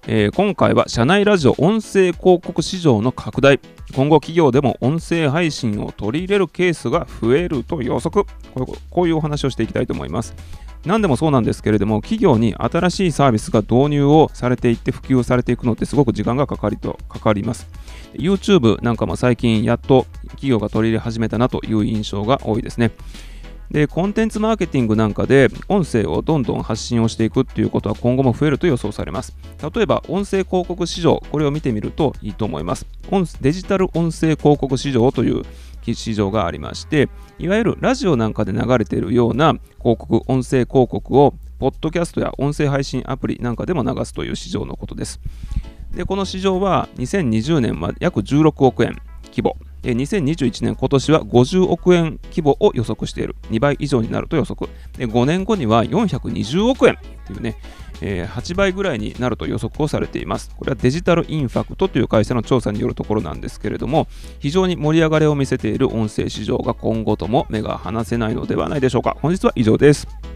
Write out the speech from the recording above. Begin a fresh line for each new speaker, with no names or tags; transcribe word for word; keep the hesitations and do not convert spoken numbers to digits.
えー、今回は社内ラジオ音声広告市場の拡大、今後企業でも音声配信を取り入れるケースが増えると予測、こういう、こういうお話をしていきたいと思います。何でもそうなんですけれども、企業に新しいサービスが導入をされていって普及されていくのってすごく時間がかかりとかかります。YouTube なんかも最近やっと企業が取り入れ始めたなという印象が多いですね。で、コンテンツマーケティングなんかで音声をどんどん発信をしていくっていうことは今後も増えると予想されます。例えば音声広告市場、これを見てみるといいと思います。デジタル音声広告市場という市場がありまして、いわゆるラジオなんかで流れているような広告、音声広告をポッドキャストや音声配信アプリなんかでも流すという市場のことです。で、この市場はにせんにじゅうねんは約じゅうろくおくえん規模、にせんにじゅういちねん今年はごじゅうおくえん規模を予測している。にばい以上になると予測。で、ごねんごにはよんひゃくにじゅうおくえんというね、えー、はちばいぐらいになると予測をされています。これはデジタルインファクトという会社の調査によるところなんですけれども、非常に盛り上がりを見せている音声市場が今後とも目が離せないのではないでしょうか。本日は以上です。